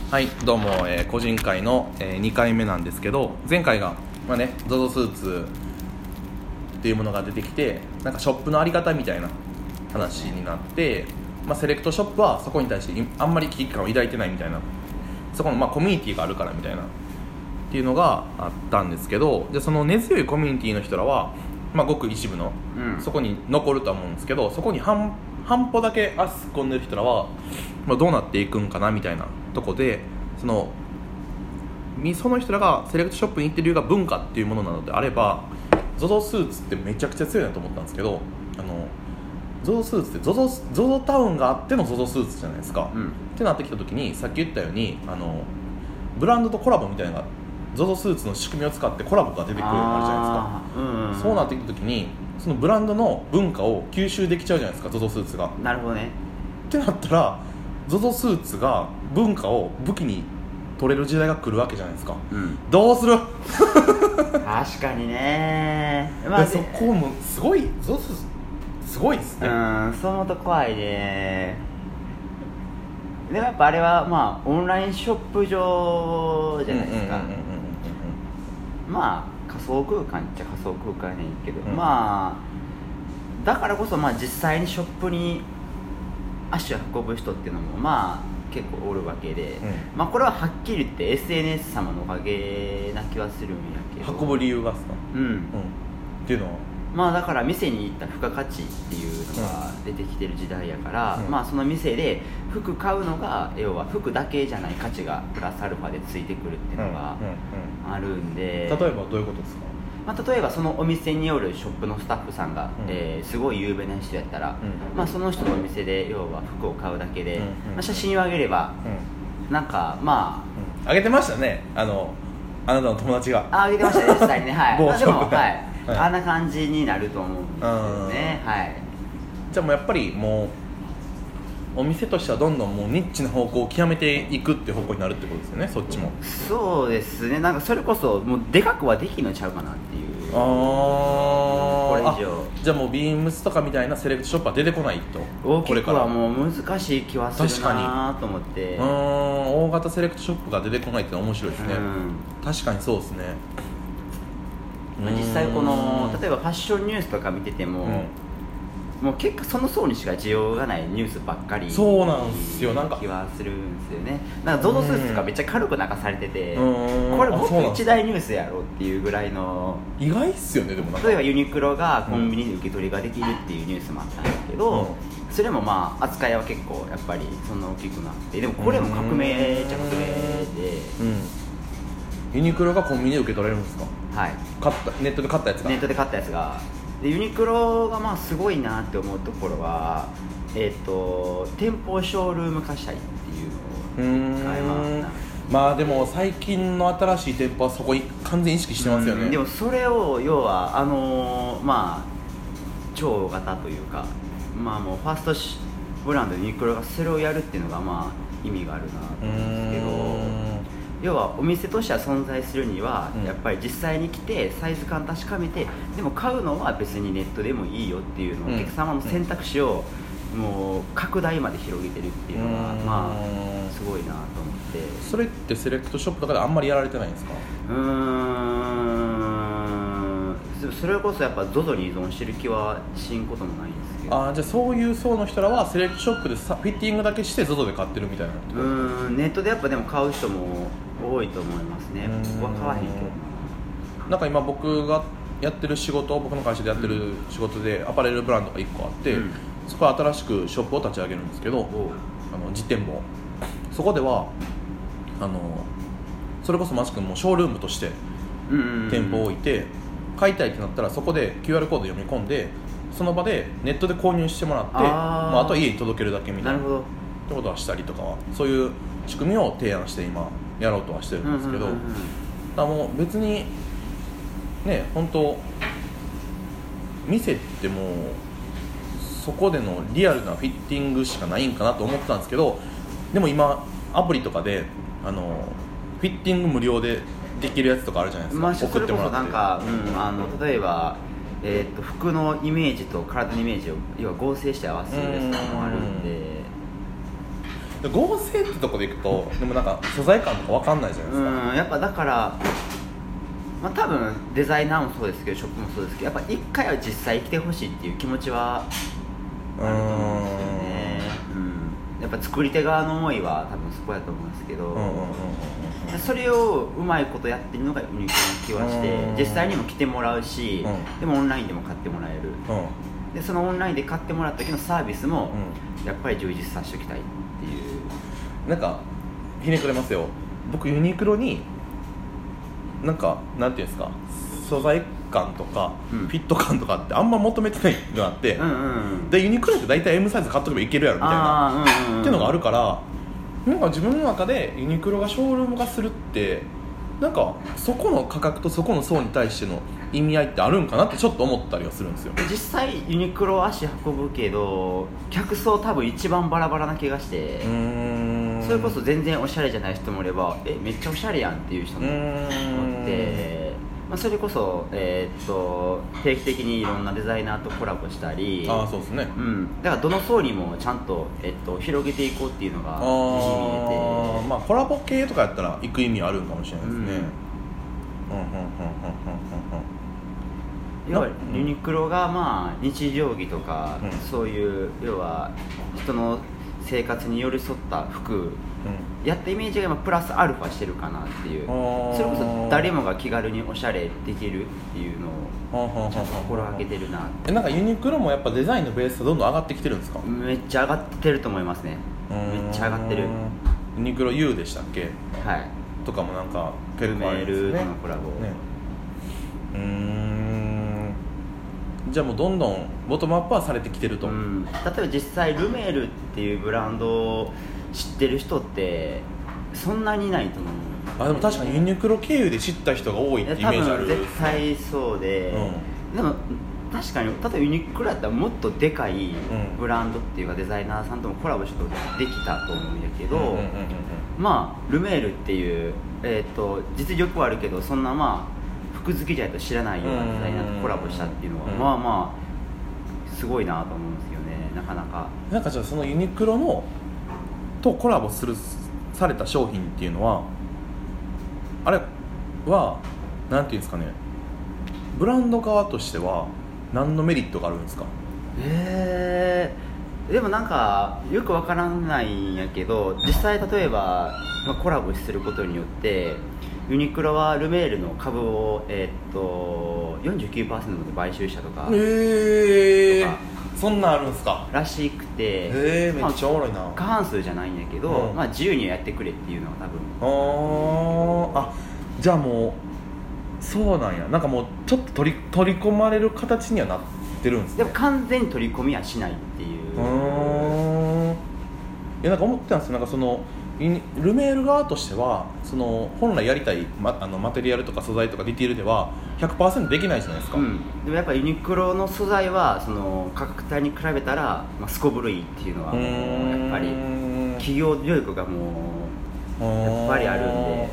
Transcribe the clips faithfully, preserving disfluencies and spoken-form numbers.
はい、どうも、えー、個人会の、えー、にかいめなんですけど、前回が、まあね、ZOZO スーツっていうものが出てきて、なんかショップのあり方みたいな話になって、まあ、セレクトショップはそこに対してあんまり危機感を抱いてないみたいな、そこの、まあ、コミュニティがあるからみたいなっていうのがあったんですけど、でその根強いコミュニティの人らは、まあ、ごく一部の、うん、そこに残るとは思うんですけど、そこに半半歩だけ足突っ込んでる人らは、まあ、どうなっていくんかなみたいなとこで、そのその人らがセレクトショップに行ってる理由が文化っていうものなのであれば、 ZOZO スーツってめちゃくちゃ強いなと思ったんですけど、あの ZOZO スーツって ZOZO, ZOZO タウンがあっての ZOZO スーツじゃないですか、うん、ってなってきた時に、さっき言ったようにあのブランドとコラボみたいなのが ZOZO スーツの仕組みを使ってコラボが出てくるようになるじゃないですか、うんうん、そうなってきた時にそのブランドの文化を吸収できちゃうじゃないですか、 ZOZO スーツが。 なるほどね。 ってなったら ZOZO スーツが文化を武器に取れる時代が来るわけじゃないですか、うん、どうする確かにね、 まあ、そこもすごい ZOZO すごいですね。 うん、そう思うと怖いね。でもやっぱあれはまあオンラインショップ上じゃないですか。まあ仮想空間っちゃ仮想空間やねんけど、うん、まあだからこそまあ実際にショップに足を運ぶ人っていうのもまあ結構おるわけで、うん、まあこれははっきり言って エスエヌエス 様のおかげな気はするんやけど、 運ぶ理由がですか、 うん、うん、 っていうのはまあだから店に行った付加価値っていうのが出てきてる時代やから、うん、まあその店で服買うのが要は服だけじゃない価値がプラスアルファでついてくるっていうのがあるんで、 例えばどういうことですか。 まあ、例えばそのお店によるショップのスタッフさんが、うんえー、すごい有名な人やったら、うんまあ、その人のお店で要は服を買うだけで、うんうんまあ、写真を上げれば、うん、なんかまあ、 うん、上げてましたね、あのあなたの友達があ上げてましたね実際にね、はい、 某ショップ、 まあ、でも、はいはい、あんな感じになると思うんですよね、はい、 じゃあもうやっぱりもうお店としてはどんどんもうニッチな方向を極めていくっていう方向になるってことですよね、そっちも。 そうですね、なんかそれこそもうでかくはできんのちゃうかなっていう。 あこれ以上じゃあもうビームスとかみたいなセレクトショップは出てこないと。 大きくはもう難しい気はするなと思って。 うん大型セレクトショップが出てこないってのは面白いですね、うん、確かにそうですね。 実際この例えばファッションニュースとか見てても、うんもう結果その層にしか需要がないニュースばっかりそうなんですよ、なんか気はするんですよね。なんか ZOZO スーツとかめっちゃ軽く流されてて、これもっと一大ニュースやろっていうぐらいの。 意外っすよね。でもなんか例えばユニクロがコンビニで受け取りができるっていうニュースもあったんですけど、うん、それもまあ扱いは結構やっぱりそんな大きくなって、でもこれも革命っちゃ革命で、うん、 ユニクロがコンビニで受け取れるんですか。 はい買ったネットで買ったやつがネットで買ったやつがでユニクロがまあすごいなって思うところは、えー、と店舗をショールーム化したいっていうのを変えました。 まあでも最近の新しい店舗はそこ完全に意識してますよね。 でもそれを要はあのー、まあ超型というか、まあもうファーストブランドユニクロがそれをやるっていうのがまあ意味があるなと思うんですけど、要はお店としては存在するには、うん、やっぱり実際に来てサイズ感確かめて、でも買うのは別にネットでもいいよっていうのを、うん、お客様の選択肢をもう拡大まで広げてるっていうのが、うん、まあすごいなと思って。 それってセレクトショップとかであんまりやられてないんですか。 うーんそれこそやっぱ ZOZO に依存してる気はしんこともないんですけど。 あじゃあそういう層の人らはセレクトショップでさフィッティングだけして ZOZO で買ってるみたいな。 うーんネットでやっぱでも買う人も多いと思いますね。僕は買わへんけど。 なんか今僕がやってる仕事、僕の会社でやってる仕事でアパレルブランドがいっこあって、うん、そこは新しくショップを立ち上げるんですけど、あの実店舗そこではあのそれこそマス君もショールームとして店舗を置いて、買いたいってなったらそこで キューアール コード読み込んでその場でネットで購入してもらって、あ、まあ、あとは家に届けるだけみたいなってことはしたりとかは、そういう仕組みを提案して今やろうとはしてるんですけど、だからもう別にね、本当店ってもうそこでのリアルなフィッティングしかないんかなと思ってたんですけど、でも今アプリとかであのフィッティング無料でできるやつとかあるじゃないですか、 まあ、送ってもらって、それこそなんか、うん、あの例えば、えー、と服のイメージと体のイメージを要は合成して合わせるやつとかもあるんで、 合成ってとこでいくとでもなんか素材感とか分かんないじゃないですか。 うんやっぱだから、まあ、多分デザイナーもそうですけどショップもそうですけどやっぱ一回は実際来てほしいっていう気持ちはあると思うんですよね。うん、やっぱ作り手側の思いは多分そこやと思うんですけど、うんうんうんうん、それをうまいことやってるのがユニクロの気はして、うん、実際にも来てもらうし、うん、でもオンラインでも買ってもらえる、うん、でそのオンラインで買ってもらった時のサービスもやっぱり充実させておきたいっていう。 なんかひねくれますよ。僕ユニクロになんかなんていうんですか素材感とか、うん、フィット感とかってあんま求めてないのがあって、うんうんうん、でユニクロって大体 エム サイズ買っとけばいけるやろみたいな、うんうんうん、っていうのがあるからなんか自分の中でユニクロがショールーム化するってなんかそこの価格とそこの層に対しての意味合いってあるんかなってちょっと思ったりはするんですよ。 実際ユニクロ足運ぶけど客層多分一番バラバラな気がして、うーんそれこそ全然おしゃれじゃない人もいればえめっちゃおしゃれやんっていう人もおって、まあ、それこそ、えー、っと定期的にいろんなデザイナーとコラボしたりあそうですね、 うん、だからどの層にもちゃんと、えっと、広げていこうっていうのがあ見えて、まあ、コラボ系とかやったら行く意味あるかもしれないですね。 要はユニクロがまあ日常着とか、うん、そういう要は人の生活に寄り添った服、うん、やったイメージが今プラスアルファしてるかなっていう、それこそ誰もが気軽におしゃれできるっていうのをちゃんと心がけてるなって。 なんかユニクロもやっぱデザインのベースどんどん上がってきてるんですか？ めっちゃ上がってると思いますね。めっちゃ上がってる。 ユニクロ U でしたっけ？ はいとかもなんか結構あるんですね。 メールとのコラボ、ね、 うーんじゃあもうどんどんボトムアップはされてきてると、うん、 例えば実際ルメールっていうブランドを知ってる人ってそんなにいないと思う。 あでも確かにユニクロ経由で知った人が多いってイメージある。 多分絶対そうで、うん、でも確かに例えばユニクロだったらもっとでかいブランドっていうかデザイナーさんともコラボしてできたと思うんやけど、うんうんうんうん、まあルメールっていう、えー、と実力はあるけどそんなまあ服好きじゃないと知らないようなデザイナーとコラボしたっていうのは、うん、まあまあすごいなと思うんですよね。なかなかなんかじゃあそのユニクロのとコラボするされた商品っていうのはあれはなんていうんですかねブランド側としては何のメリットがあるんですか？ えー、でもなんかよくわからないんやけど実際例えば、まあ、コラボすることによってユニクロはルメールの株を、えー、っと よんじゅうきゅうパーセント で買収したとか、 えー、そんなんあるんですか？ らしくて、 えー、めっちゃおもろいな、 まあ、過半数じゃないんやけど、うんまあ、自由にやってくれっていうのは多分ああじゃあもうそうなんやなんかもうちょっと取り取り込まれる形にはなってるんですね。 でも完全に取り込みはしないっていう。 うーんいやなんか思ってたんですよ。なんかそのルメール側としてはその本来やりたい マ, あのマテリアルとか素材とかディティールでは ひゃくパーセント できないじゃないですか、うん、 でもやっぱユニクロの素材はその価格帯に比べたら、まあ、すこぶるいいっていうのはもうやっぱり企業努力がもうやっぱりあるんで。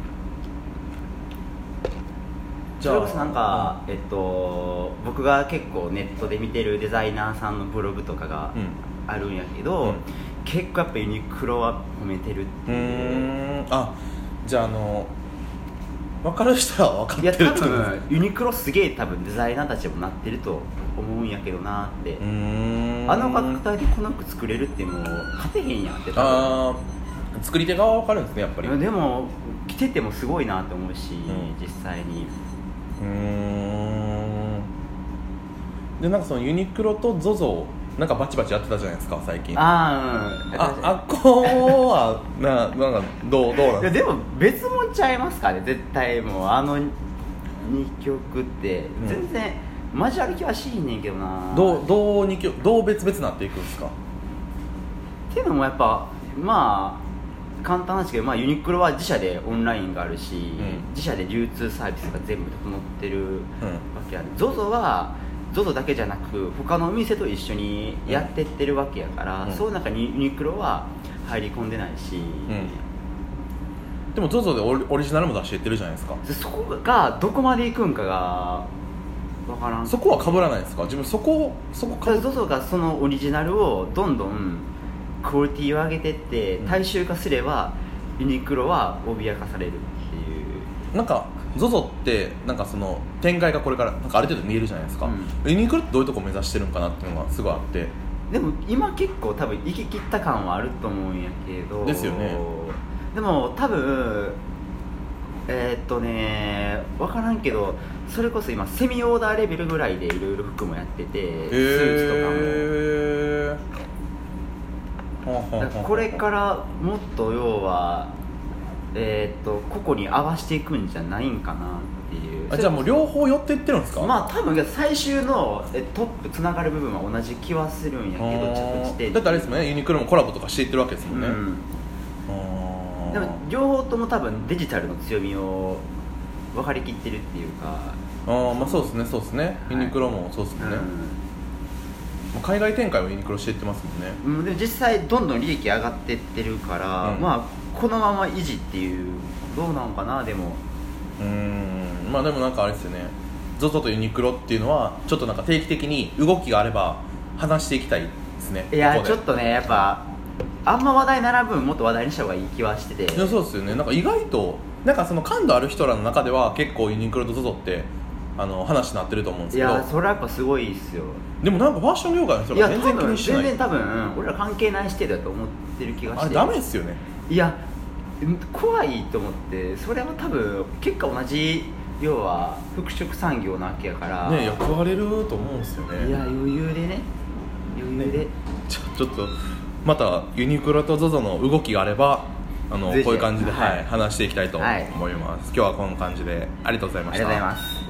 それこそなんか、えっと、僕が結構ネットで見てるデザイナーさんのブログとかがあるんやけど、うん、結構やっぱユニクロは褒めてるっていう。うーんあじゃああの分かる人は分かってるってことです。いや多分ユニクロすげえ多分デザイナーたちもなってると思うんやけどなって。うーんあの価格帯でこの服作れるってもう勝てへんやんって多分あ作り手側は分かるんですねやっぱり。 でも着ててもすごいなって思うし、うん、実際にうーんでなんかそのユニクロと ゾゾ なんかバチバチやってたじゃないですか最近。 ああうんああっこはななんかどうどうなんですか？いやでも別もんちゃいますかね絶対。もうあのにきょくって全然交わる気はしいねんけどな。 どうどうにきょどう別々なっていくんですか？ っていうのもやっぱまあ簡単なんですけど、まあ、ユニクロは自社でオンラインがあるし、うん、自社で流通サービスが全部整ってるわけやね、うん、ゾゾ は ゾゾ だけじゃなく他のお店と一緒にやってってるわけやから、うん、その中にユニクロは入り込んでないし、うん、 でも ゾゾ でオリ、オリジナルも出していってるじゃないですか。 でそこがどこまで行くんかが分からん。 そこは被らないですか？自分そこそこ被ゾゾ がそのオリジナルをどんどんクオリティを上げてって大衆化すれば、ユニクロは脅かされるっていう。 なんか ゾゾ ってなんかその展開がこれからなんかある程度見えるじゃないですか、うん、ユニクロってどういうとこ目指してるんかなっていうのがすごいあって、 でも今結構多分行き切った感はあると思うんやけど、 ですよね。 でも多分えー、っとね分からんけど、それこそ今セミオーダーレベルぐらいでいろいろ服もやってて、スーツとかも。だからこれからもっと要はえー、っと個々に合わせていくんじゃないんかなっていう。 あ、じゃあもう両方寄っていってるんですか？ まあ多分最終のえトップつながる部分は同じ気はするんやけど、着地点だってあれですもんね、ユニクロもコラボとかしていってるわけですもんね、うん、 でも両方とも多分デジタルの強みを分かりきってるっていうか。 ああ、まあそうですね、そうですね、はい、ユニクロもそうですもんね、うん、海外展開をユニクロしていってますもんね、 うん、で実際どんどん利益上がっていってるから、うん、まあこのまま維持っていう、どうなのかな。でもうーん、まあでもなんかあれですよね、 ゾゾ とユニクロっていうのはちょっとなんか定期的に動きがあれば話していきたいですね。 いやちょっとね、やっぱあんま話題なら分もっと話題にした方がいい気はしてて。 いやそうですよね。なんか意外となんかその感度ある人らの中では結構ユニクロと ゾゾ ってあの話になってると思うんですけど、 いやそれはやっぱすごいっすよ。 でもなんかファッション業界の人が全然気にしない。 いや全然多分、うん、俺ら関係ないしてだと思ってる気がして。 あれダメですよね。いや怖いと思って。それは多分結果同じ、要は服飾産業なわけやからね、雇われると思うんですよね。 いや余裕でね、余裕で、ね、 ちょ, ちょっとまたユニクロと ゾゾ の動きがあればあのこういう感じで、はいはい、話していきたいと思います、はい、今日はこんな感じでありがとうございました。 ありがとうございます。